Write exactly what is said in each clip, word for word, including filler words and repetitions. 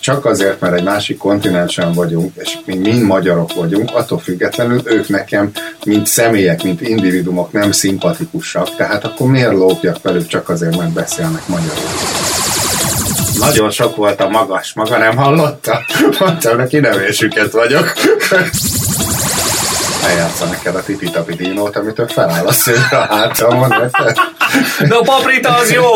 csak azért, mert egy másik kontinensen vagyunk, és mi mind magyarok vagyunk, attól függetlenül ők nekem, mint személyek, mint individumok nem szimpatikusak, tehát akkor miért lópjak velük csak azért, mert beszélnek magyarul? Nagyon sok volt a magas, maga nem hallotta? Mondtam neki, nevésüket vagyok. Eljátsza neked a tipi-tapi dinót, amitől feláll a szőre a hátamon. No, paprita az jó!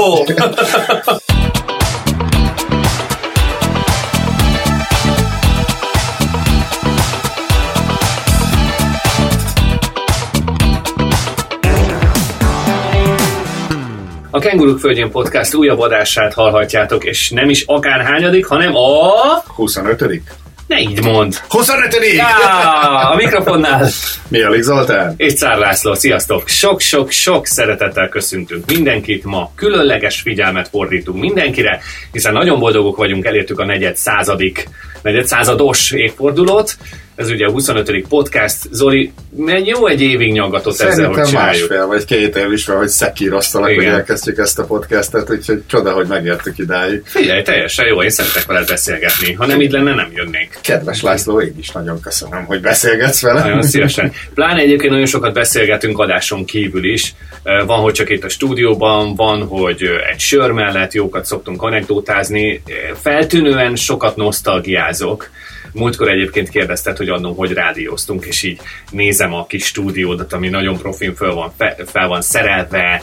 A Kenguruk Földjén Podcast újabb adását hallhatjátok, és nem is akárhányadik, hanem a... huszonötödik Ne így mondd! huszonötödik Ja, a mikrofonnál Mialik Zoltán és Czár László, sziasztok! Sok-sok-sok szeretettel köszöntünk mindenkit, ma különleges figyelmet fordítunk mindenkire, hiszen nagyon boldogok vagyunk, elértük a negyed századik, negyed százados évfordulót. Ez ugye a huszonötödik podcast. Zoli, menj jó egy évig nyaggatott ezzel, hogy csináljuk. Másfél vagy két év is van, hogy szekíroztalak, hogy elkezdjük ezt a podcastet, úgyhogy csoda, hogy megértük idáig. Figyelj, teljesen jó, én szeretek veled beszélgetni. Ha nem így lenne, nem jönnék. Kedves László, én is nagyon köszönöm, hogy beszélgetsz velem. Nagyon szívesen. Pláne egyébként nagyon sokat beszélgetünk adáson kívül is. Van, hogy csak itt a stúdióban, van, hogy egy sör mellett jókat szoktunk anekdótázni. Feltűnően sokat nosztalgiázok. Múltkor egyébként kérdezted, hogy annól hogy rádióztunk, és így nézem a kis stúdiódat, ami nagyon profin fel van, fel van szerelve,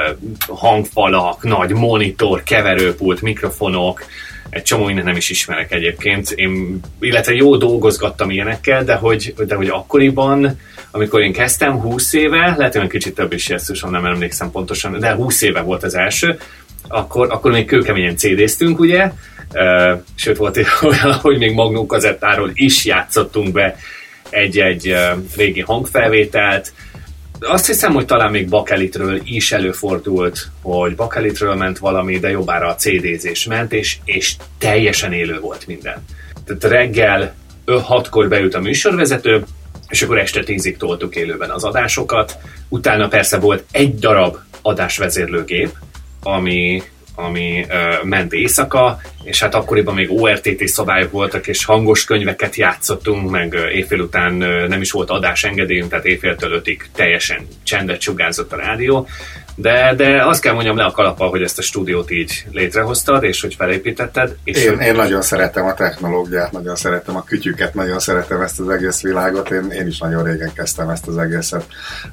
hangfalak, nagy monitor, keverőpult, mikrofonok, egy csomó innen nem is ismerek egyébként. Én, illetve jó dolgozgattam ilyenekkel, de hogy, de hogy akkoriban, amikor én kezdtem húsz éve, lehet, hogy kicsit több is jesszusan, nem emlékszem pontosan, de húsz éve volt az első, akkor, akkor még kőkeményen cé dé-ztünk, ugye? Uh, sőt, volt olyan, hogy még Magnum kazettáról is játszottunk be egy-egy uh, régi hangfelvételt. Azt hiszem, hogy talán még Bakelitről is előfordult, hogy Bakelitről ment valami, de jobbára a cé dé-zés ment, és, és teljesen élő volt minden. Tehát reggel hatkor beült a műsorvezető, és akkor este tízig toltuk élőben az adásokat. Utána persze volt egy darab adásvezérlőgép, ami... ami uh, ment éjszaka, és hát akkoriban még o er té té szabályok voltak, és hangos könyveket játszottunk, meg uh, éjfél után uh, nem is volt adásengedélyünk, tehát éjféltől ötig teljesen csendet sugárzott a rádió, de, de azt kell mondjam le a kalappal, hogy ezt a stúdiót így létrehoztad, és hogy felépítetted. És én, én nagyon szeretem a technológiát, nagyon szeretem a kütyüket, nagyon szeretem ezt az egész világot, én, én is nagyon régen kezdtem ezt az egészet.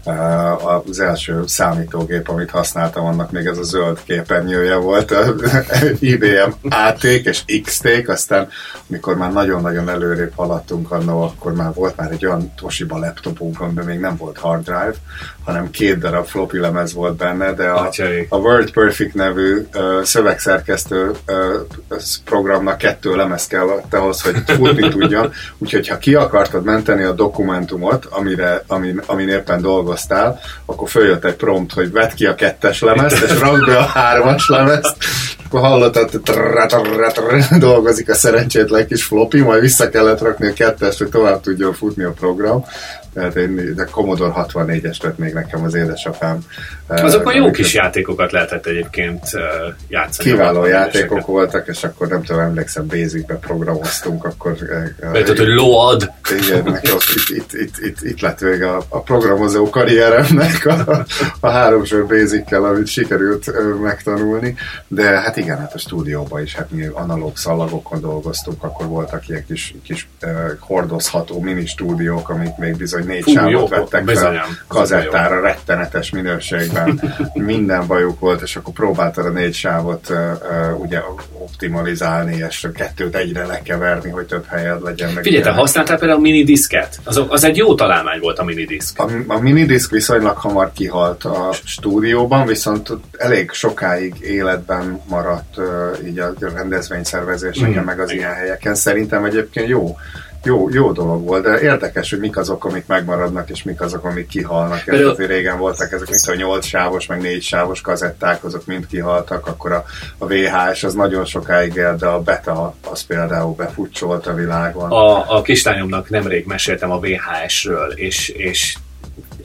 Az első számítógép, amit használtam, annak még ez a zöld képernyője volt, i bé em á-ték és iksz-ték, aztán amikor már nagyon-nagyon előrébb haladtunk annól, akkor már volt már egy olyan Toshiba laptopunk, amiben még nem volt hard drive, hanem két darab floppy lemez volt benne, de a, a Word Perfect nevű uh, szövegszerkesztő uh, programnak kettő lemez kellett ahhoz, hogy futni tudjon, úgyhogy ha ki akartad menteni a dokumentumot, amire, amin, amin éppen dolgoztál, akkor följött egy prompt, hogy vedd ki a kettes lemezt, és rakd be a hármas lemezt, akkor hallottad, hogy dolgozik a szerencsétlen kis floppy, majd vissza kellett rakni a kettest, hogy tovább tudjon futni a program. Tehát én, de Commodore hatvannégyes lett még nekem az édesapám. Azokon jó kis játékokat lehetett egyébként játszani. Kiváló játékok voltak, és akkor nem tudom, emlékszem, Basicbe programoztunk, akkor... Lehet, hogy load! Igen, nekem itt, itt, itt, itt, itt lett vége a, a programozó karrieremnek a, a háromsor Basic-kel, amit sikerült megtanulni, de hát igen, hát a stúdióban is, hát mi analóg szalagokon dolgoztunk, akkor voltak ilyen kis, kis uh, hordozható mini stúdiók, amik még bizony négy Fú, sávot jó, vettek bizonyám, fel kazettára, rettenetes minőségben, minden bajuk volt, és akkor próbáltad a négy sávot uh, uh, ugye optimalizálni, és a kettőt egyre lekeverni, hogy több helyed legyen. Figyelj, te használtál például a minidisket? Az, az egy jó találmány volt a minidisk. A, a minidisk viszonylag hamar kihalt a stúdióban, viszont elég sokáig életben maradt uh, így a rendezvényszervezéseken, mm, meg az igen. ilyen helyeken. Szerintem egyébként jó Jó, jó dolog volt, de érdekes, hogy mik azok, amik megmaradnak, és mik azok, amik kihalnak. Ez régen voltak ezek, mint a nyolc sávos, meg négy sávos kazetták, azok mind kihaltak, akkor a, a vé há es az nagyon sokáig él, de a beta az például befutcsolt a világon. A, a kislányomnak nemrég meséltem a vé há esről, és, és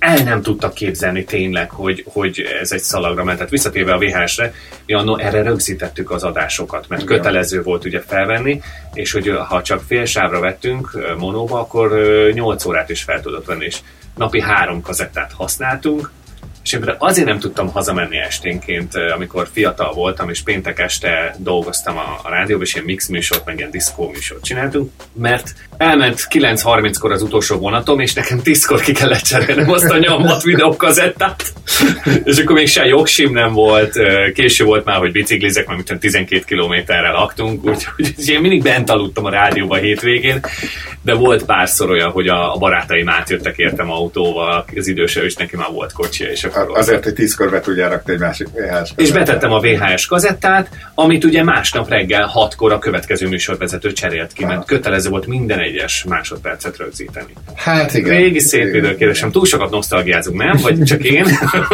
el nem tudtak képzelni tényleg, hogy, hogy ez egy szalagra ment. Tehát visszatérve a vé há es-re, mi annól erre rögzítettük az adásokat, mert igen, kötelező volt ugye felvenni, és hogy ha csak fél sávra vettünk monóba, akkor nyolc órát is fel tudott venni, és napi három kazettát használtunk, és én azért nem tudtam hazamenni esténként, amikor fiatal voltam, és péntek este dolgoztam a, a rádióban, és ilyen mix műsort, meg ilyen diszkó műsort csináltunk, mert elment kilenc harminckor az utolsó vonatom, és nekem tízkor ki kellett cserélnem azt a nyomott videókazettát, és akkor még se jogsim nem volt, késő volt már, hogy biciklizek, mert mint tizenkét kilométerre laktunk, úgyhogy én mindig bent aludtam a rádióban hétvégén, de volt párszor olyan, hogy a, a barátaim átjöttek értem autóval, az idősebb, és neki már volt kocsia, és akkor azért, hogy tízkor be tudjál rakni egy másik vé há es kazettát. És betettem a vé há es kazettát, amit ugye másnap reggel hatkor a következő műsorvezető cserélt ki, mert kötelező volt minden egyes másodpercet rögzíteni. Hát igen. Régi szép időkérdésem. Túl sokat nosztalgiázunk, nem? Vagy csak én?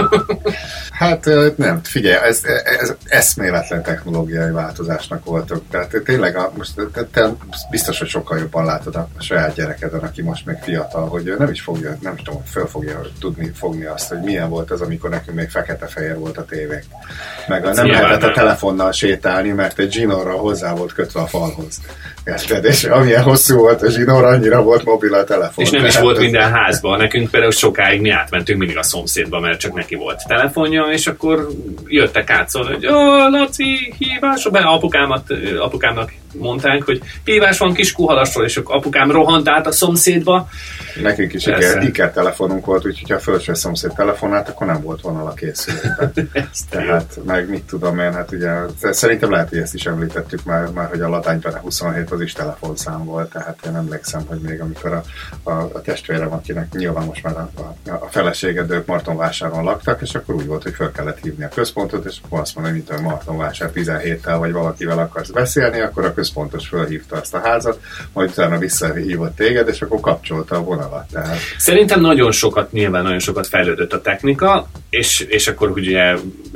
Hát nem, figyelj, ez, ez eszméletlen technológiai változásnak voltok. Tehát tényleg a, most te, te biztos, hogy sokkal jobban látod a saját gyerekeden, aki most még fiatal, hogy nem is fogja, nem is tudom, föl fogja tudni fogni azt, hogy milyen volt az, amikor nekünk még fekete-fehér volt a tévék. Meg a nem lehetett a telefonnal sétálni, mert egy zsinórral hozzá volt kötve a falhoz. Érted? És amilyen hosszú volt a zsinór, annyira volt mobil a telefon. És nem is volt minden házban. Nekünk például sokáig mi átmentünk mindig a szomszédba, mert csak neki volt telefonja, és akkor jöttek át szólni, hogy ó, Laci, hívás, be apukámat, apukámnak mondták, hogy hívás van Kiskunhalasról, és akkor apukám rohant át a szomszédba. Nekünk is iker, iker telefonunk volt, úgyhogy ha a földső szomszéd telefonált, akkor nem volt vonal a készülékben. Tehát meg mit tudom én, hát ugye szerintem lehet, hogy ezt is említettük már, már hogy a Latányban huszonhét az is telefonszám volt, tehát én emlékszem, hogy még amikor a, a, a testvérem, akinek nyilván most már a, a, a feleséged, ők Martonvásáron laktak, és akkor úgy volt, hogy fel kellett hívni a központot, és akkor azt mondom, mint a Martonvásár tizenhéttel vagy valakivel akarsz beszélni, akkor a központos fölhívta azt a házat, majd utána visszahívott téged, és akkor kapcsolta a vonalat. Tehát... Szerintem nagyon sokat, nyilván nagyon sokat fejlődött a technika, és, és akkor ugye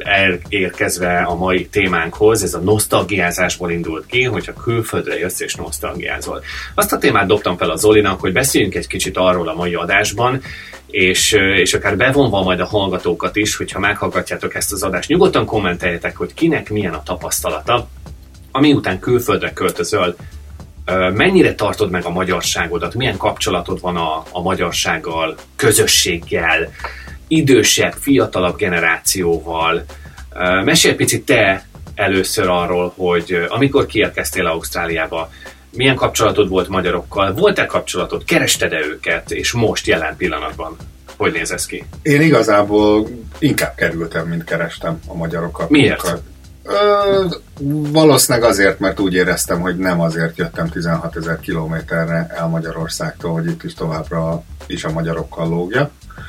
elérkezve a mai témánkhoz, ez a nosztalgiázásból indult ki, hogyha külföldre jössz és nosztalgiázol. Azt a témát dobtam fel a Zolinak, hogy beszéljünk egy kicsit arról a mai adásban, és, és akár bevonva majd a hallgatókat is, hogyha meghallgatjátok ezt az adást, nyugodtan kommenteljetek, hogy kinek milyen a tapasztalata, ami után külföldre költözöl, mennyire tartod meg a magyarságodat, milyen kapcsolatod van a, a magyarsággal, közösséggel, idősebb, fiatalabb generációval. Mesélj picit te először arról, hogy amikor kiérkeztél Ausztráliába, milyen kapcsolatod volt magyarokkal, volt-e kapcsolatod, kerested-e őket, és most jelen pillanatban hogy néz ez ki? Én igazából inkább kerültem, mint kerestem a magyarokkal. Miért? Ö, valószínűleg azért, mert úgy éreztem, hogy nem azért jöttem tizenhatezer kilométerre el Magyarországtól, hogy itt is továbbra is a magyarokkal lógja.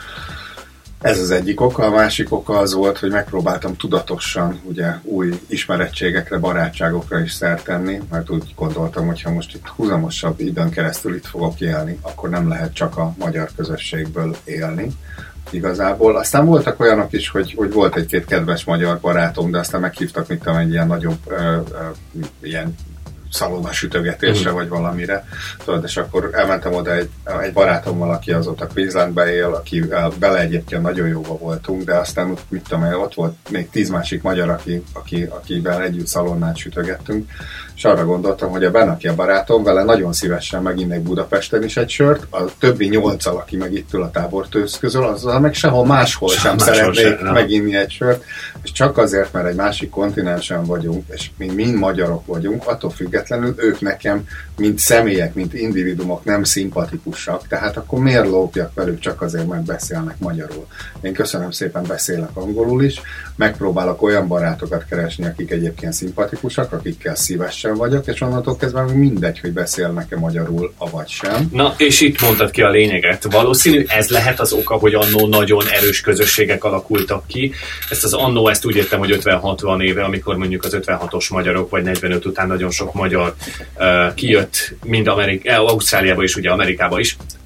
Ez az egyik oka. A másik oka az volt, hogy megpróbáltam tudatosan ugye, új ismerettségekre, barátságokra is szert tenni, mert úgy gondoltam, hogy ha most itt húzamosabb időn keresztül itt fogok élni, akkor nem lehet csak a magyar közösségből élni igazából. Aztán voltak olyanok is, hogy, hogy volt egy-két kedves magyar barátom, de aztán meghívtak, mint egy ilyen nagyobb ö, ö, ilyen szalonnasütögetésre, mm. vagy valamire. Tudod, és akkor elmentem oda egy, egy barátommal, aki azóta Queenslandbe él, aki bele egyébként nagyon jóba voltunk, de aztán mit tudom, ott volt még tíz másik magyar, aki, aki, akivel együtt szalonnát sütögettünk, és arra gondoltam, hogy a Ben, aki a barátom, vele nagyon szívesen meginnék Budapesten is egy sört, a többi nyolccal, aki meg itt ül a tábortőz közül, azzal meg sehol máshol sem, sem szeretnék sem, meginni egy sört, és csak azért, mert egy másik kontinensen vagyunk, és mi mind magyarok vagyunk, attól függetlenül ők nekem, mint személyek, mint individumok nem szimpatikusak, tehát akkor miért lópjak velük csak azért, mert beszélnek magyarul. Én köszönöm szépen, beszélek angolul is, megpróbálok olyan barátokat keresni, akik egyébként szimpatikusak, akikkel szívesen vagyok, és onnantól kezdve mindegy, hogy beszélnek-e magyarul, avagy sem. Na, és itt mondtad ki a lényeget. Valószínű ez lehet az oka, hogy annó nagyon erős közösségek alakultak ki. Ezt az annó, ezt úgy értem, hogy ötven-hatvan éve, amikor mondjuk az ötvenhatos magyarok, vagy negyvenöt után nagyon sok magyar uh, kijött, mind Amerik- Ausztráliába is, ugye Amerikába is,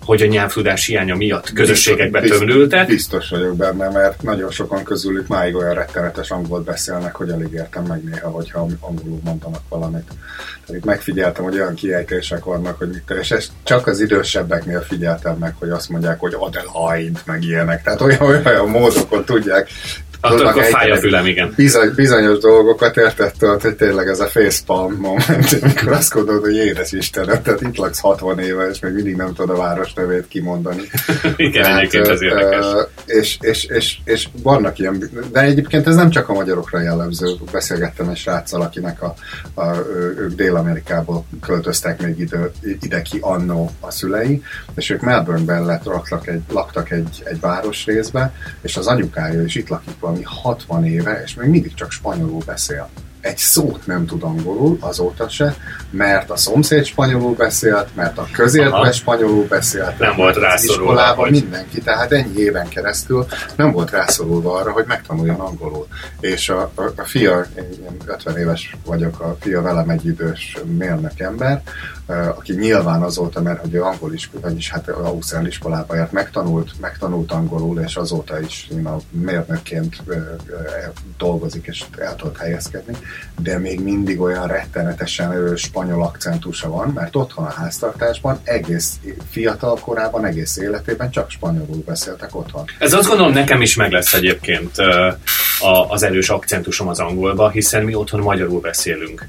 hogy a nyelvtudás hiánya miatt közösségekbe tömlültek. Biztos vagyok benne, mert nagyon sokan közülük máig olyan rettenetes angolt beszélnek, hogy alig értem meg néha, hogyha angolul mondanak valamit. Tehát itt megfigyeltem, hogy olyan kiejtések vannak, hogy mit, és ezt csak az idősebbeknél figyeltem meg, hogy azt mondják, hogy Adelaide, meg ilyenek. Tehát olyan, olyan módokon tudják. Attól akkor fáj a fülem, igen. Bizony, bizonyos dolgokat értettem, hogy tényleg ez a facepalm moment, amikor azt gondolod, hogy édes Istenem, tehát itt laksz hatvan éve, és még mindig nem tudod a város nevét kimondani. Igen, tehát, egyébként ez érdekes. És, és, és, és vannak ilyen, de egyébként ez nem csak a magyarokra jellemző. Beszélgettem egy sráccal, akinek a, a, ők Dél-Amerikából költöztek még ide, ide ki annó a szülei, és ők Melbourneben lett, laktak egy, laktak egy, egy városrészbe, és az anyukája is itt lakik valami hatvan éve, és még mindig csak spanyolul beszél. Egy szót nem tud angolul, azóta se, mert a szomszéd spanyolul beszélt, mert a közértben spanyolul beszélt. Nem volt rászorulva. Iskolában hogy... mindenki, tehát ennyi éven keresztül nem volt rászorulva arra, hogy megtanuljon angolul. És a, a, a fia, én ötven éves vagyok, a fia velem egy idős mérnök ember, aki nyilván azóta, mert hogy ő angol is, vagyis hát ausztrál iskolába járt, megtanult, megtanult angolul, és azóta is a mérnökként dolgozik, és el tudott helyezkedni, de még mindig olyan rettenetesen erős spanyol akcentusa van, mert otthon a háztartásban egész fiatal korában, egész életében csak spanyolul beszéltek otthon. Ez azt gondolom nekem is meg lesz egyébként az erős akcentusom az angolba, hiszen mi otthon magyarul beszélünk.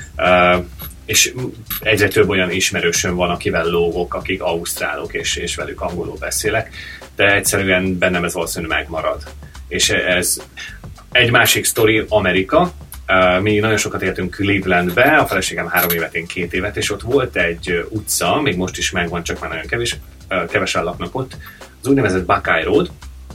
És egyre több olyan ismerősöm van, akivel lógok, akik ausztrálok, és, és velük angolul beszélek, de egyszerűen bennem ez valószínűleg megmarad. És ez egy másik sztori, Amerika. Mi nagyon sokat éltünk Clevelandbe, a feleségem három évet, én két évet, és ott volt egy utca, még most is megvan, csak már nagyon kevés, kevesen laknak ott, az úgynevezett Buckeye Road,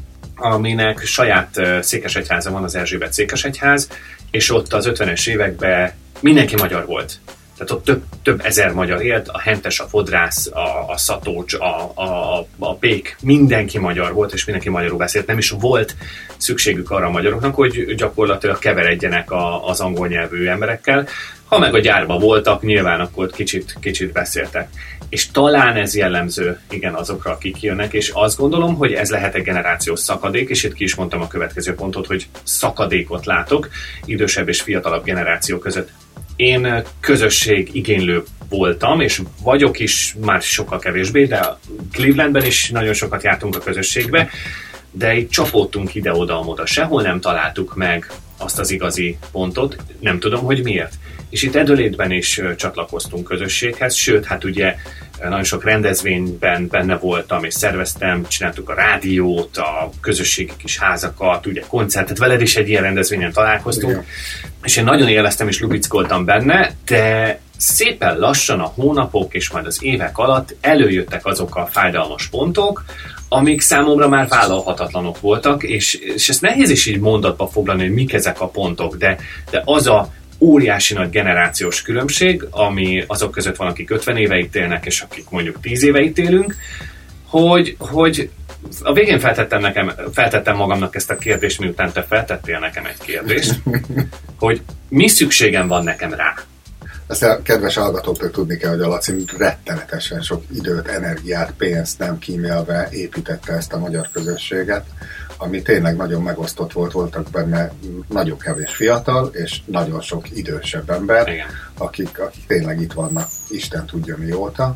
aminek saját székesegyháza van, az Erzsébet székesegyház, és ott az ötvenes években mindenki magyar volt. Tehát ott több, több ezer magyar élt, a hentes, a fodrász, a, a szatócs, a, a, a pék, mindenki magyar volt, és mindenki magyarul beszélt. Nem is volt szükségük arra a magyaroknak, hogy gyakorlatilag keveredjenek a, az angol nyelvű emberekkel. Ha meg a gyárban voltak, nyilván akkor kicsit, kicsit beszéltek. És talán ez jellemző, igen, azokra, akik jönnek, és azt gondolom, hogy ez lehet egy generációs szakadék, és itt ki is mondtam a következő pontot, hogy szakadékot látok idősebb és fiatalabb generáció között. Én közösség igénylő voltam, és vagyok is már sokkal kevésbé, de Clevelandben is nagyon sokat jártunk a közösségbe, de így csapódtunk ide-oda-amoda. Sehol nem találtuk meg azt az igazi pontot, nem tudom, hogy miért. És itt Adelaide-ben is csatlakoztunk közösséghez, sőt, hát ugye nagyon sok rendezvényben benne voltam, és szerveztem, csináltuk a rádiót, a közösségi kis házakat, ugye koncertet, veled is egy ilyen rendezvényen találkoztunk, igen. És én nagyon élveztem és lubickoltam benne, de szépen lassan a hónapok és majd az évek alatt előjöttek azok a fájdalmas pontok, amik számomra már vállalhatatlanok voltak, és, és ezt nehéz is így mondatba foglalni, hogy mik ezek a pontok, de, de az a óriási nagy generációs különbség, ami azok között van, akik ötven éve itt élnek, és akik mondjuk tíz éve itt élünk, hogy, hogy a végén feltettem, nekem, feltettem magamnak ezt a kérdést, miután te feltettél nekem egy kérdést, hogy mi szükségem van nekem rá. Ezt a kedves hallgatóktól tudni kell, hogy a Laci rettenetesen sok időt, energiát, pénzt nem kímélve építette ezt a magyar közösséget, ami tényleg nagyon megosztott volt, voltak benne nagyon kevés fiatal, és nagyon sok idősebb ember, akik, akik tényleg itt vannak, Isten tudja mióta,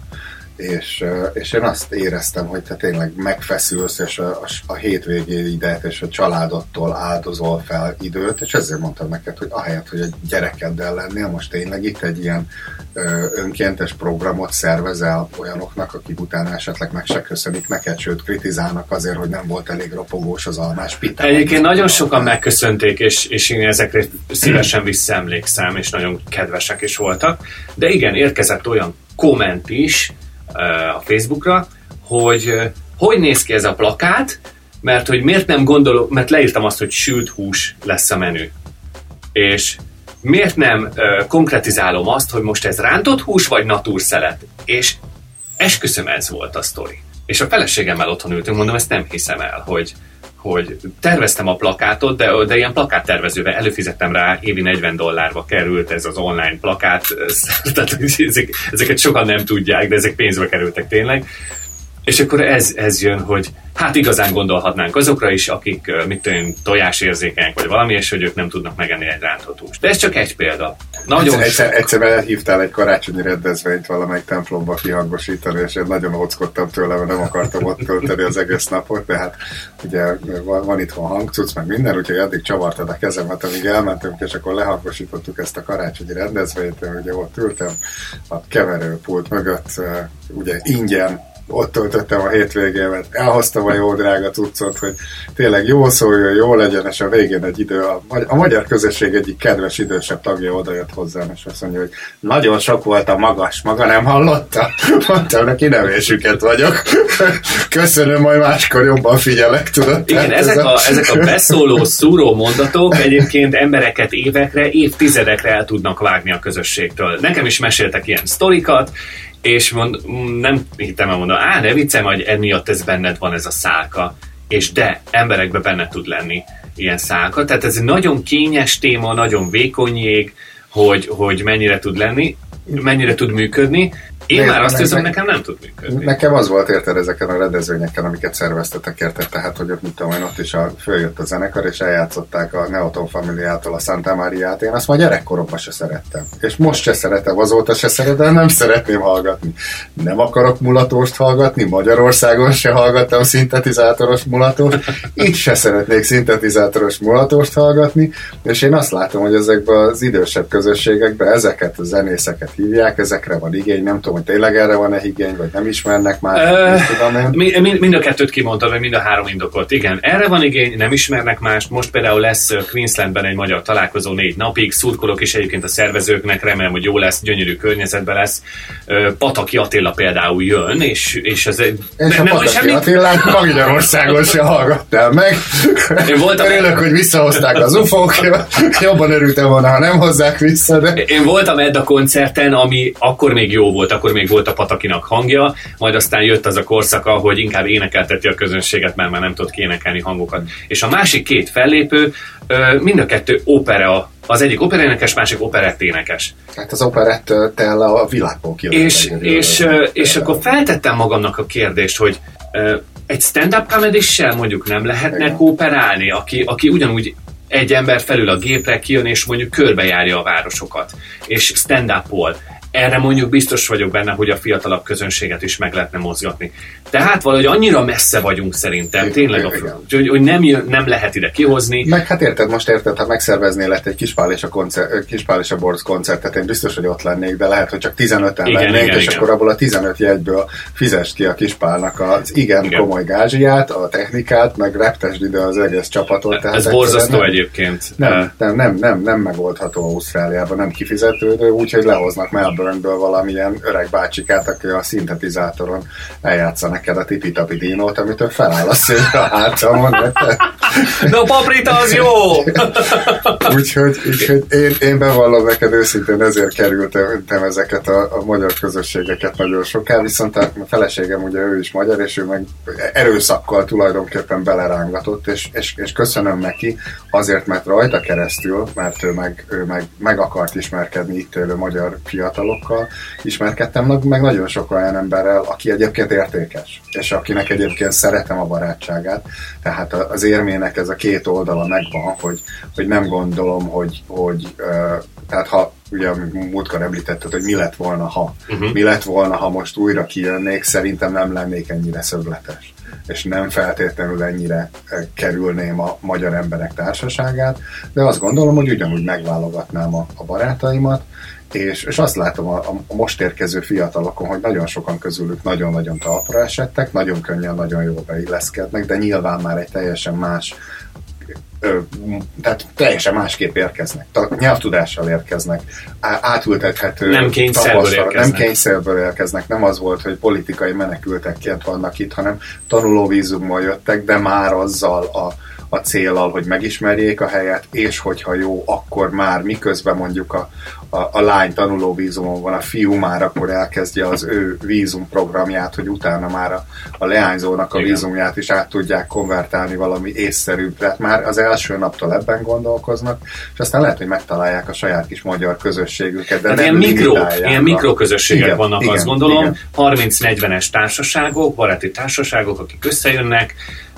és, és én azt éreztem, hogy te tényleg megfeszülsz, és a, a, a hétvégéidet és a családodtól áldozol fel időt, és ezért mondtam neked, hogy ahelyett, hogy egy gyerekeddel lennél, most tényleg itt egy ilyen ö, önkéntes programot szervezel olyanoknak, akik utána esetleg meg se köszönik neked, sőt kritizálnak azért, hogy nem volt elég ropogós az almás pita. Egyébként nagyon sokan megköszönték, és, és én ezekre szívesen visszaemlékszem, és nagyon kedvesek is voltak, de igen, érkezett olyan komment is a Facebookra, hogy hogy néz ki ez a plakát, mert hogy miért nem gondolok, mert leírtam azt, hogy sült hús lesz a menü. És miért nem uh, konkretizálom azt, hogy most ez rántott hús, vagy natúrszelet. És esküszöm, ez volt a sztori. És a feleségemmel otthon ültünk, mondom, ezt nem hiszem el, hogy, hogy terveztem a plakátot, de, de ilyen plakáttervezővel előfizettem rá, évi negyven dollárba került ez az online plakát, tehát ezek, ezeket sokan nem tudják, de ezek pénzbe kerültek tényleg. És akkor ez, ez jön, hogy hát igazán gondolhatnánk azokra is, akik mit tudom, tojásérzékenyek vagy valami, és hogy ők nem tudnak megenni egy rántott húst. De ez csak egy példa. Nagyon egyszer, egyszer elhívtál egy karácsonyi rendezvényt valamelyik templomba kihangosítani, és én nagyon óckodtam tőle, mert nem akartam ott tölteni az egész napot, de hát ugye van, van itthon hangcucc, meg minden, úgyhogy addig csavartad a kezemet, amíg elmentünk, és akkor lehangosítottuk ezt a karácsonyi rendezvényt, ugye ott ültem a keverőpult mögött, ugye ingyen ott töltöttem a hétvégémet, elhoztam a jó drága cuccot, hogy tényleg jó szóljon, jó legyen, és a végén egy idő, a, a magyar közösség egyik kedves idősebb tagja odajött hozzám, és azt mondja, hogy nagyon sok volt a magas, maga nem hallotta? Mondtam neki, nevésüket vagyok. Köszönöm, majd máskor jobban figyelek, tudod? Igen, ezek a, ezek a beszóló, szúró mondatok egyébként embereket évekre, évtizedekre el tudnak vágni a közösségtől. Nekem is meséltek ilyen sztorikat, és mond, nem hittem el mondani, á, ne viccem, hogy emiatt ez benned van ez a szálka. És de, emberekben benne tud lenni ilyen szálka. Tehát ez egy nagyon kényes téma, nagyon vékony jég, hogy, hogy mennyire tud lenni, mennyire tud működni. Én de már azt hiszem, hogy nekem nem tud működni. Nekem az volt, érted, ezeken a rendezvényeken, amiket szerveztetek, érted, tehát, hogy ott, mit tudom én, ott is a, följött a zenekar, és eljátszották a Neoton Familiától a Santa Mariát. Én azt már gyerekkoromban se szerettem. És most se szeretem, azóta se szeretem, nem szeretném hallgatni. Nem akarok mulatóst hallgatni, Magyarországon se hallgattam szintetizátoros mulatóst, itt se szeretnék szintetizátoros mulatóst hallgatni, és én azt látom, hogy ezekben az idősebb közösségekben ezeket a zenészeket hívják, ezekre van igény, nem tudom, hogy tényleg erre van-e igény, vagy nem ismernek már, uh, tudom én. Mind, mind a kettőt kimondtad, vagy mind a három indokolt. Igen, erre van igény, nem ismernek mást. Most például lesz Queenslandben egy magyar találkozó négy napig, szurkolok is egyébként a szervezőknek, remélem, hogy jó lesz, gyönyörű környezetben lesz. Pataki Attila például jön, és, és ez egy... És ne, a Pataki semmi... Attilát Magyarországon se hallgattál meg. Én voltam... Örülök, hogy visszahozták az ufók, jobban örültem volna, ha nem hozzák vissza, de... Én voltam Edda koncerten, ami akkor még jó volt, akkor még volt a Patakinak hangja, majd aztán jött az a korszaka, hogy inkább énekelteti a közönséget, mert már nem tudott kiénekelni hangokat. És a másik két fellépő, mind a kettő opera, az egyik operaénekes, másik operetténekes. Hát az operettel a világból kijött. És, és, és akkor feltettem magamnak a kérdést, hogy egy stand-up comedy-sel mondjuk nem lehetne igen. kooperálni, aki, aki ugyanúgy egy ember felül a gépre kijön, és mondjuk körbejárja a városokat, és stand-up-ol. Erre mondjuk biztos vagyok benne, hogy a fiatalabb közönséget is meg lehetne mozgatni. Tehát valahogy annyira messze vagyunk szerintem, tényleg, a, hogy, hogy nem, jön, nem lehet ide kihozni. Meg hát érted, most érted, ha megszerveznél lett egy Kispál és a, koncert, Kispál és a Borz koncertet, én biztos, hogy ott lennék, de lehet, hogy csak tizenöten igen, lennénk, igen, és igen. akkor abból a tizenöt jegyből fizest ki a Kispálnak az igen, igen. komoly gázsiát, a technikát, meg reptesd ide az egész csapatot. Tehát ez borzasztó nem, egyébként. Nem, nem, nem, nem, nem megoldható Ausztráliában, nem kifizetődő, úgyhogy lehoznak Melbourneből valamilyen öreg bácsikát, aki a szintetizátoron eljátsza neked a tipi-tapi dinót, amitől feláll a szőr a hátamon. De a paprita az jó! Úgyhogy, úgyhogy én, én bevallom neked őszintén, ezért kerültem ezeket a, a magyar közösségeket nagyon soká, viszont a feleségem ugye ő is magyar, és ő meg erőszakkal tulajdonképpen belerángatott, és, és, és köszönöm neki azért, mert rajta keresztül, mert ő meg, ő meg, meg akart ismerkedni itt élő magyar fiatalokkal, ismerkedtem meg nagyon sok olyan emberrel, aki egyébként értékes, és akinek egyébként szeretem a barátságát, tehát az érmének ez a két oldala megvan, hogy, hogy nem gondolom, hogy, hogy uh, tehát ha ugye múltkor említetted, hogy mi lett volna, ha uh-huh. mi lett volna, ha most újra kijönnék, szerintem nem lennék ennyire szögletes, és nem feltétlenül ennyire kerülném a magyar emberek társaságát, de azt gondolom, hogy ugyanúgy megválogatnám a, a barátaimat, És, és azt látom a, a most érkező fiatalokon, hogy nagyon sokan közülük nagyon-nagyon talpra esettek, nagyon könnyen, nagyon jól beilleszkednek, de nyilván már egy teljesen más, ö, tehát teljesen másképp érkeznek. Ta, nyelvtudással érkeznek, átültethető nem kényszerből érkeznek. Nem kényszerből érkeznek, nem az volt, hogy politikai menekültekként vannak itt, hanem tanulóvízummal jöttek, de már azzal a a céllal, hogy megismerjék a helyet, és hogyha jó, akkor már miközben mondjuk a, a, a lány tanuló vízumon van, a fiú már akkor elkezdje az ő vízumprogramját, hogy utána már a, a leányzónak a Igen. vízumját is át tudják konvertálni valami észszerűbbre. Már az első naptól ebben gondolkoznak, és aztán lehet, hogy megtalálják a saját kis magyar közösségüket. De nem ilyen, mikro, ilyen mikroközösségek igen, vannak, igen, azt gondolom, igen. harminc-negyvenes társaságok, baráti társaságok, akik összejönnek.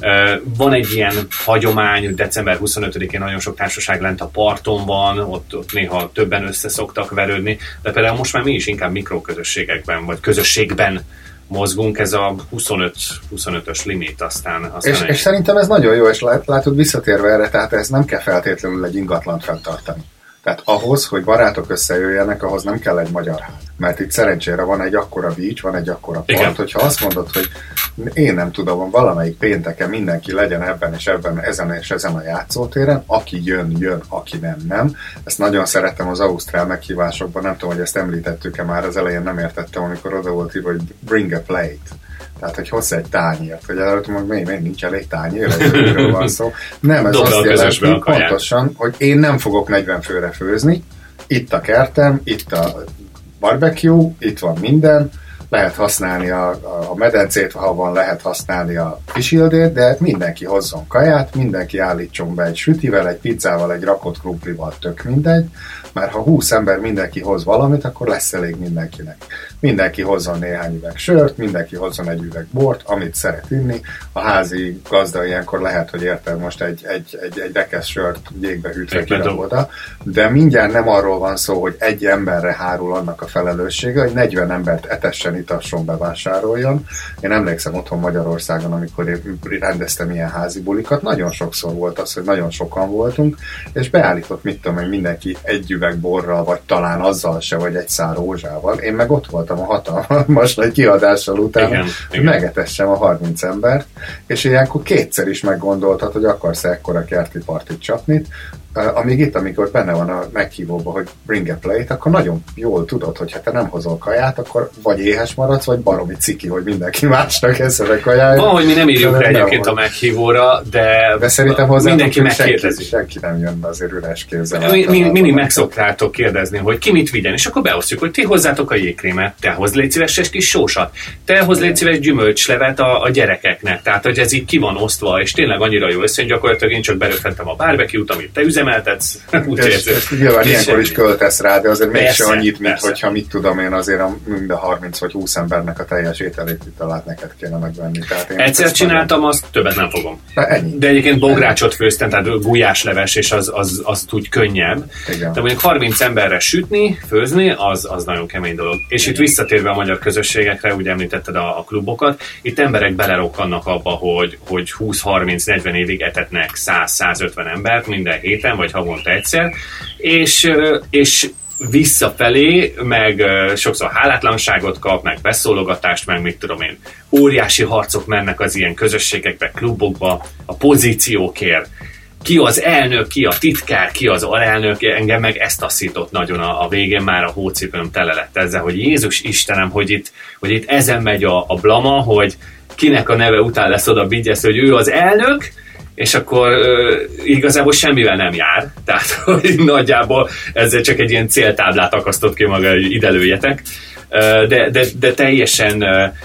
Van egy ilyen hagyomány, december huszonötödikén nagyon sok társaság lent a parton van, ott, ott néha többen össze szoktak verődni, de például most már mi is inkább mikroközösségekben, vagy közösségben mozgunk, ez a huszonöt-huszonötös limit aztán. aztán és, és szerintem ez nagyon jó, és lát, látod visszatérve erre, tehát ez nem kell feltétlenül egy ingatlant fenntartani. Tehát ahhoz, hogy barátok összejöjjenek, ahhoz nem kell egy magyar ház. Mert itt szerencsére van egy akkora beach, van egy akkora part, Igen. hogyha azt mondod, hogy én nem tudom, valamelyik pénteken mindenki legyen ebben és ebben, ezen és ezen a játszótéren, aki jön, jön, aki nem, nem. Ezt nagyon szerettem az ausztrál meghívásokban, nem tudom, hogy ezt említettük-e már, az elején nem értettem, amikor oda volt írva, hogy bring a plate. Tehát, hogy hozz egy tányért, hogy előtt mondom, hogy még nincs elég tányér, ezekről van szó. Nem, ez Dobra azt jelenti pontosan, hogy én nem fogok negyven főre főzni, itt a kertem, itt a barbecue, itt van minden, lehet használni a, a medencét, ha van, lehet használni a kisildét, de mindenki hozzon kaját, mindenki állítson be egy sütivel, egy pizzával, egy rakott krumplival, tök mindegy, mert ha húsz ember mindenki hoz valamit, akkor lesz elég mindenkinek. Mindenki hozzon néhány üveg sört, mindenki hozzon egy üveg bort, amit szeret inni. A házi gazda ilyenkor lehet, hogy érted most egy, egy, egy, egy rekesz sört jégbe hűtve kirak oda, de mindjárt nem arról van szó, hogy egy emberre hárul annak a felelőssége, hogy negyven embert etessen, itasson, bevásároljon. Én emlékszem otthon Magyarországon, amikor én rendeztem ilyen házi bulikat, nagyon sokszor volt az, hogy nagyon sokan voltunk, és beállított, mit tudom én, mindenki egy üveg borral, vagy talán azzal se, vagy egy szár rózsával. Én meg ott voltam a hatalmas nagy kiadással után, igen, hogy igen. megetessem a harminc embert, és ilyenkor kétszer is meggondoltad, hogy akarsz ekkora kerti partit csapni, amíg itt, amikor benne van a meghívóban, hogy bring a plate, akkor nagyon jól tudod, hogy ha te nem hozol kaját, akkor vagy éhes maradsz, vagy baromi ciki, hogy mindenki másnak eszel a kajáját. Van, hogy mi nem írjuk rá egyébként a meghívóra, de, de szerintem hozzá mindenki megkérdezi. Senki, senki nem jön be azért üres kézzel. Mi, mi, mindig meg szoktátok kérdezni, hogy ki mit vigyen, és akkor beosztjuk, hogy ti hozzátok a jégkrémet, te hozz légy szíves egy kis sósat, te hozz légy szíves gyümölcslevet a, a gyerekeknek, tehát hogy ez így ki van osztva, és tényleg annyira jó össze, gyakorlatilag én csak berögtettem a barbecue-t, amit te üzemeltetsz. És, és nyilván ilyenkor is költesz rá, de azért mégse annyit, mint persze. hogyha mit tudom én, azért a minden harminc vagy húsz embernek a teljes ételékvitalát neked kéne megvenni. Tehát én egyszer csináltam, meg... azt többet nem fogom. Ennyi. De egyébként bográcsot főztem, tehát gulyásleves, és az, az, az úgy könnyebb. Igen. De mondjuk harminc emberre sütni, főzni, az, az nagyon kemény dolog. És igen. itt visszatérve a magyar közösségekre, ugye említetted a, a klubokat, itt emberek belerokkannak abba, hogy, hogy húsz-harminc-negyven évig etetnek száz-százötven embert minden héten, vagy havonta egyszer, és, és visszafelé, meg sokszor hálátlanságot kap, meg beszólogatást, meg mit tudom én, óriási harcok mennek az ilyen közösségekbe, klubokba, a pozíciókért. Ki az elnök, ki a titkár, ki az alelnök, engem meg ezt taszított nagyon a, a végén, már a hócipőm tele lett ezzel, hogy Jézus Istenem, hogy itt, hogy itt ezen megy a, a blama, hogy kinek a neve után lesz oda bigyesz, hogy ő az elnök, és akkor uh, igazából semmivel nem jár, tehát hogy nagyjából ezzel csak egy ilyen céltáblát akasztott ki maga, hogy ide lőjetek, uh, de, de, de teljesen uh,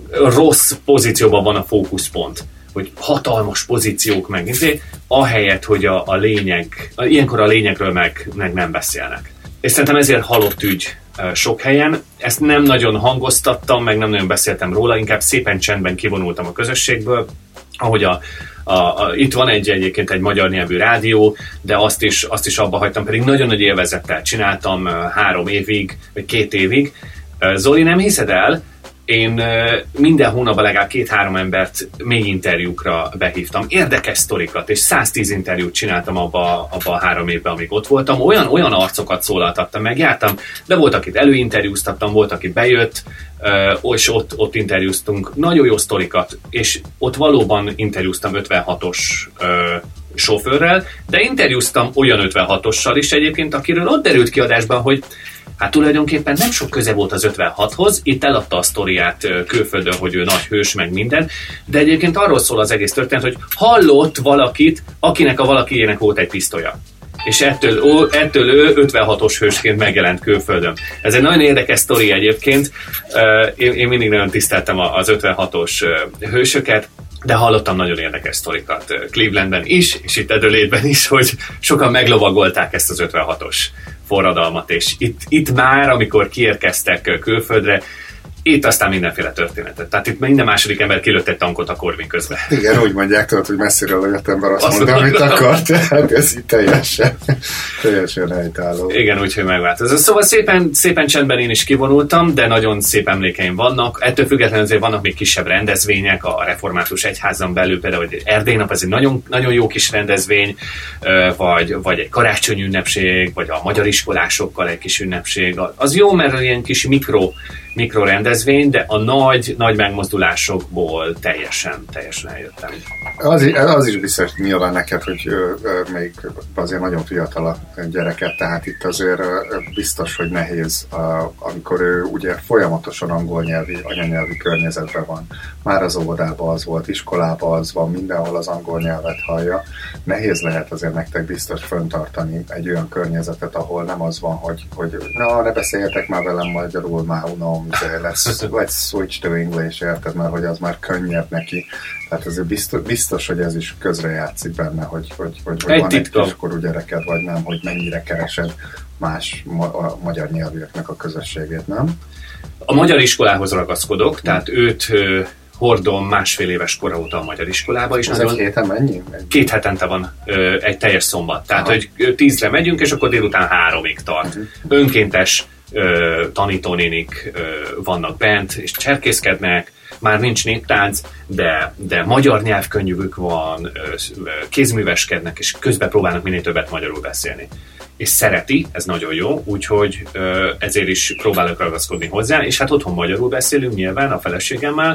rossz pozícióban van a fókuszpont, hogy hatalmas pozíciók meg, ezért, ahelyett, hogy a, a lényeg, a, ilyenkor a lényegről meg, meg nem beszélnek. És szerintem ezért halott ügy uh, sok helyen, ezt nem nagyon hangoztattam, meg nem nagyon beszéltem róla, inkább szépen csendben kivonultam a közösségből, ahogy a A, a, itt van egy egyébként egy magyar nyelvű rádió, de azt is, azt is abba hagytam, pedig nagyon nagy élvezettel csináltam három évig, vagy két évig. Zoli, nem hiszed el, én minden hónapban legalább két-három embert még interjúkra behívtam. Érdekes sztorikat, és száztíz interjút csináltam abba, abba a három évben, amíg ott voltam. Olyan, olyan arcokat szólaltattam meg, jártam, de volt, akit előinterjúztattam, volt, aki bejött, és ott, ott interjúztunk. Nagyon jó sztorikat, és ott valóban interjúztam ötvenhatos sofőrrel, de interjúztam olyan ötvenhatossal is egyébként, akiről ott derült ki adásban, hogy Hát tulajdonképpen nem sok köze volt az ötvenhathoz, itt eladta a sztoriát külföldön, hogy ő nagy hős, meg minden, de egyébként arról szól az egész történet, hogy hallott valakit, akinek a valakiének volt egy pisztolya. És ettől, ó, ettől ő ötvenhatos hősként megjelent külföldön. Ez egy nagyon érdekes sztori egyébként. Én, én mindig nagyon tiszteltem az ötvenhatos hősöket, de hallottam nagyon érdekes sztorikat Clevelandben is, és itt Adelaide-ben is, hogy sokan meglovagolták ezt az ötvenhatos forradalmat, és itt, itt már, amikor kiérkeztek külföldre, itt aztán mindenféle történetet. Tehát itt minden második ember kilőtt egy tankot a Corvin közben. Igen, úgy mondják, tudod, hogy messziről jött ember azt, azt mondta, amit akart, tehát ez itt teljesen, teljesen helytálló. Igen, úgyhogy megváltozott. Szóval szépen, szépen csendben én is kivonultam, de nagyon szép emlékeim vannak. Ettől függetlenül azért vannak még kisebb rendezvények, a református egyházon belül, például egy Erdélynap, ez egy nagyon, nagyon jó kis rendezvény, vagy, vagy egy karácsony ünnepség, vagy a magyar iskolásokkal egy kis ünnepség. Az jó, mert ilyen kis mikro mikrorendezvény, de a nagy, nagy megmozdulásokból teljesen, teljesen eljöttem. Az, az is biztos nyilván neked, hogy ö, ö, még azért nagyon fiatal a gyereket, tehát itt azért ö, biztos, hogy nehéz, a, amikor ő ugye folyamatosan angol nyelvi, anyanyelvi környezetben van. Már az óvodában az volt, iskolában az van, mindenhol az angol nyelvet hallja. Nehéz lehet azért nektek biztos föntartani egy olyan környezetet, ahol nem az van, hogy, hogy na, ne beszéljetek már velem magyarul, már unom, let's, let's switch to English, érted, mert hogy az már könnyebb neki. Tehát azért biztos, biztos hogy ez is közrejátszik benne, hogy, hogy, hogy, hogy van egy kiskorú gyereked, vagy nem, hogy mennyire keresed más ma- a magyar nyelvűeknek a közösségét, nem? A magyar iskolához ragaszkodok, tehát őt ö, hordom másfél éves kora óta a magyar iskolába. És ez egy héten mennyi? Két hetente van ö, egy teljes szombat. Tehát, aha, hogy tízre megyünk, és akkor délután háromig tart. Uh-huh. Önkéntes ö, tanítónénik ö, vannak bent, és cserkészkednek, már nincs néptánc, de, de magyar nyelvkönyvük van, kézműveskednek, és közben próbálnak minél többet magyarul beszélni. És szereti, ez nagyon jó, úgyhogy ezért is próbálok ragaszkodni hozzá, és hát otthon magyarul beszélünk nyilván a feleségemmel,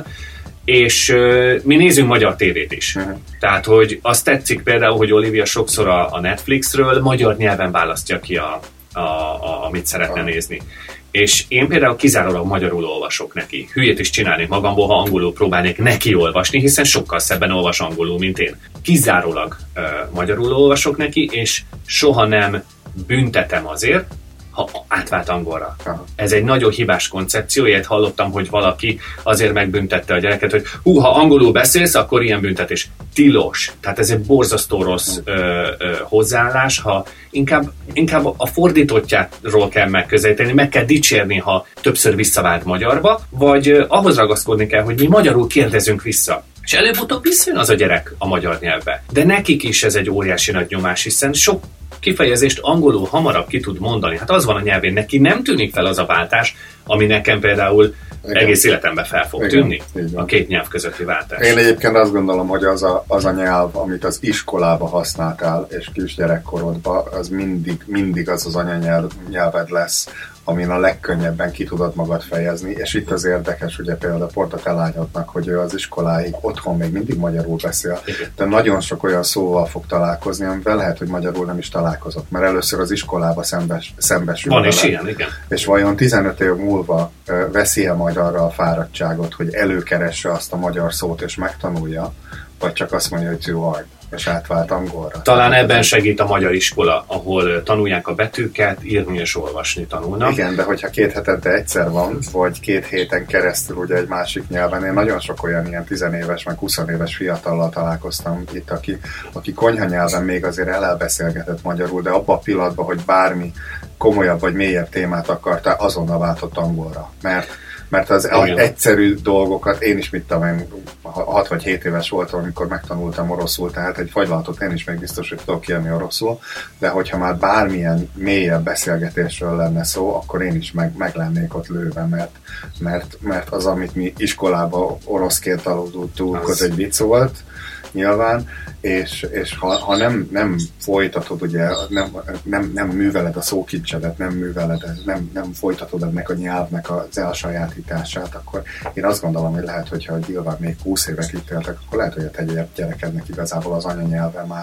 és mi nézünk magyar tévét is. Uh-huh. Tehát, hogy azt tetszik például, hogy Olivia sokszor a, a Netflixről magyar nyelven választja ki, a, a, a, amit szeretne uh-huh. nézni. És én például kizárólag magyarul olvasok neki. Hülyét is csinálnék magamból, ha angolul próbálnék neki olvasni, hiszen sokkal szebben olvas angolul, mint én. Kizárólag uh, magyarul olvasok neki, és soha nem büntetem azért, ha átvált angolra. Aha. Ez egy nagyon hibás koncepció, ilyet hallottam, hogy valaki azért megbüntette a gyereket, hogy hú, ha angolul beszélsz, akkor ilyen büntetés. Tilos. Tehát ez egy borzasztó rossz ö, ö, hozzáállás, ha inkább, inkább a fordítottjáról kell megközelíteni, meg kell dicsérni, ha többször visszavált magyarba, vagy ö, ahhoz ragaszkodni kell, hogy mi magyarul kérdezünk vissza. És előbb-utóbb visszajön az a gyerek a magyar nyelvbe. De nekik is ez egy óriási nagy nyomás, hiszen sok kifejezést angolul hamarabb ki tud mondani. Hát az van a nyelvén, neki nem tűnik fel az a váltás, ami nekem például igen. egész életemben fel fog igen, tűnni. A két nyelv közötti váltás. Én egyébként azt gondolom, hogy az a, az a nyelv, amit az iskolába használtál, és kisgyerekkorodban, az mindig, mindig az az anyanyelved lesz, amin a legkönnyebben ki tudod magad fejezni, és itt az érdekes, ugye például pont a te lányodnak, hogy ő az iskoláig otthon még mindig magyarul beszél, de nagyon sok olyan szóval fog találkozni, amivel lehet, hogy magyarul nem is találkozott, mert először az iskolába szembes, szembesül. Van is ilyen, igen. És vajon tizenöt év múlva veszi-e majd arra a fáradtságot, hogy előkeresse azt a magyar szót és megtanulja, vagy csak azt mondja, hogy too hard, és átvált angolra. Talán ebben segít a magyar iskola, ahol tanulják a betűket, írni és olvasni tanulnak. Igen, de hogyha két hetente egyszer van, vagy két héten keresztül ugye egy másik nyelven, én nagyon sok olyan ilyen tizenéves, meg huszonéves fiatallal találkoztam itt, aki, aki konyhanyelven még azért elbeszélgetett magyarul, de abban a pillanatban, hogy bármi komolyabb vagy mélyebb témát akartál, azonnal váltott angolra. Mert mert az igen. egyszerű dolgokat, én is mit tudom, én hat vagy hét éves voltam, amikor megtanultam oroszul, tehát egy fagylaltot én is még biztos, hogy tudok írni oroszul, de hogyha már bármilyen mélyebb beszélgetésről lenne szó, akkor én is meg, meg lennék ott lőve, mert, mert, mert az, amit mi iskolában oroszként tanultunk, az egy vicc volt, nyilván, és, és ha, ha nem, nem folytatod, ugye, nem, nem, nem műveled a szókincsedet, nem műveled, nem, nem folytatod ennek a nyelvnek az elsajátítását, akkor én azt gondolom, hogy lehet, hogyha nyilván még húsz évet itt éltek, akkor lehet, hogy a te gyerekednek igazából az anyanyelve már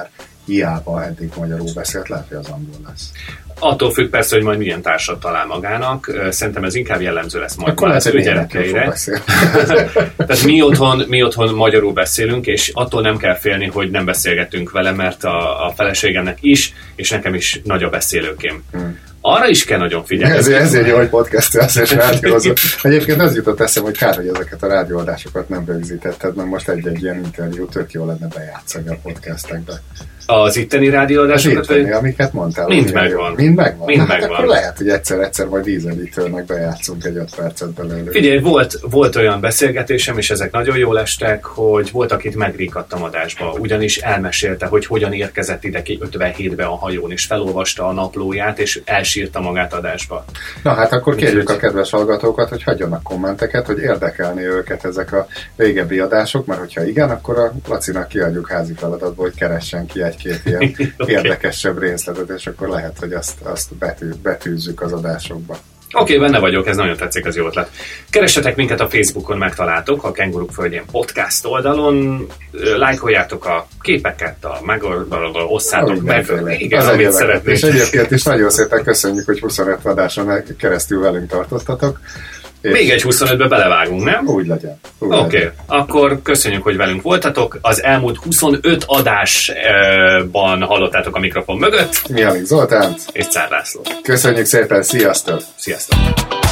hiába eddig magyarul beszélt, lehet, hogy az angol lesz. Attól függ persze, hogy majd milyen társat talál magának. Szerintem ez inkább jellemző lesz majd már az ő gyerekeire. Tehát mi otthon, mi otthon magyarul beszélünk, és attól nem kell félni, hogy nem beszélgetünk vele, mert a, a feleségemnek is, és nekem is nagy a beszélőkém. Hmm. Arra is kell nagyon figyelni. Ezért, ezért jó, hogy podcastelsz és rádiózol. Egyébként az jutott eszem, hogy kár, hogy ezeket a rádióadásokat nem rögzítetted, mert most egy-egy ilyen interjú tök jó lenne bejátszani a podcastekbe. Az itteni rádióadásokat? Az itteni, amiket mondtál. Mind megvan. Mind megvan? Mind Na, megvan. Hát akkor lehet, hogy egyszer-egyszer majd ízelítőnek bejátszunk egy öt percet belőle. Figyelj, volt, volt olyan beszélgetésem, és ezek nagyon jól estek, hogy volt, akit megrikadtam adásba, ugyanis elmesélte, hogy hogyan érkezett ide ki ötvenhétbe a hajón, és felolvasta a naplóját, és elsírta magát adásba. Na hát akkor kérjük a kedves hallgatókat, hogy hagyjanak kommenteket, hogy érdekelni őket ezek a régebbi adások, mert hogyha igen, akkor a Lacinak kiadjuk házi feladatból, hogy keressen ki egy-két ilyen okay. érdekesebb részletet, és akkor lehet, hogy azt, azt betű, betűzzük az adásokba. Oké, okay, benne vagyok, ez nagyon tetszik, az jó ötlet. Keressetek minket a Facebookon, megtaláltok, a Kenguruk Földjén podcast oldalon, lájkoljátok a képeket, a megoldalon, osszátok meg, igen, az amit szeretnék. És egyébként is nagyon szépen köszönjük, hogy huszonöt adáson keresztül velünk tartottatok. Még egy huszonötbe belevágunk, nem? Úgy legyen. Oké, okay. Akkor köszönjük, hogy velünk voltatok. Az elmúlt huszonöt adásban hallottátok a mikrofon mögött. Mihály Zoltánt és Czár László. Köszönjük szépen, sziasztok! Sziasztok!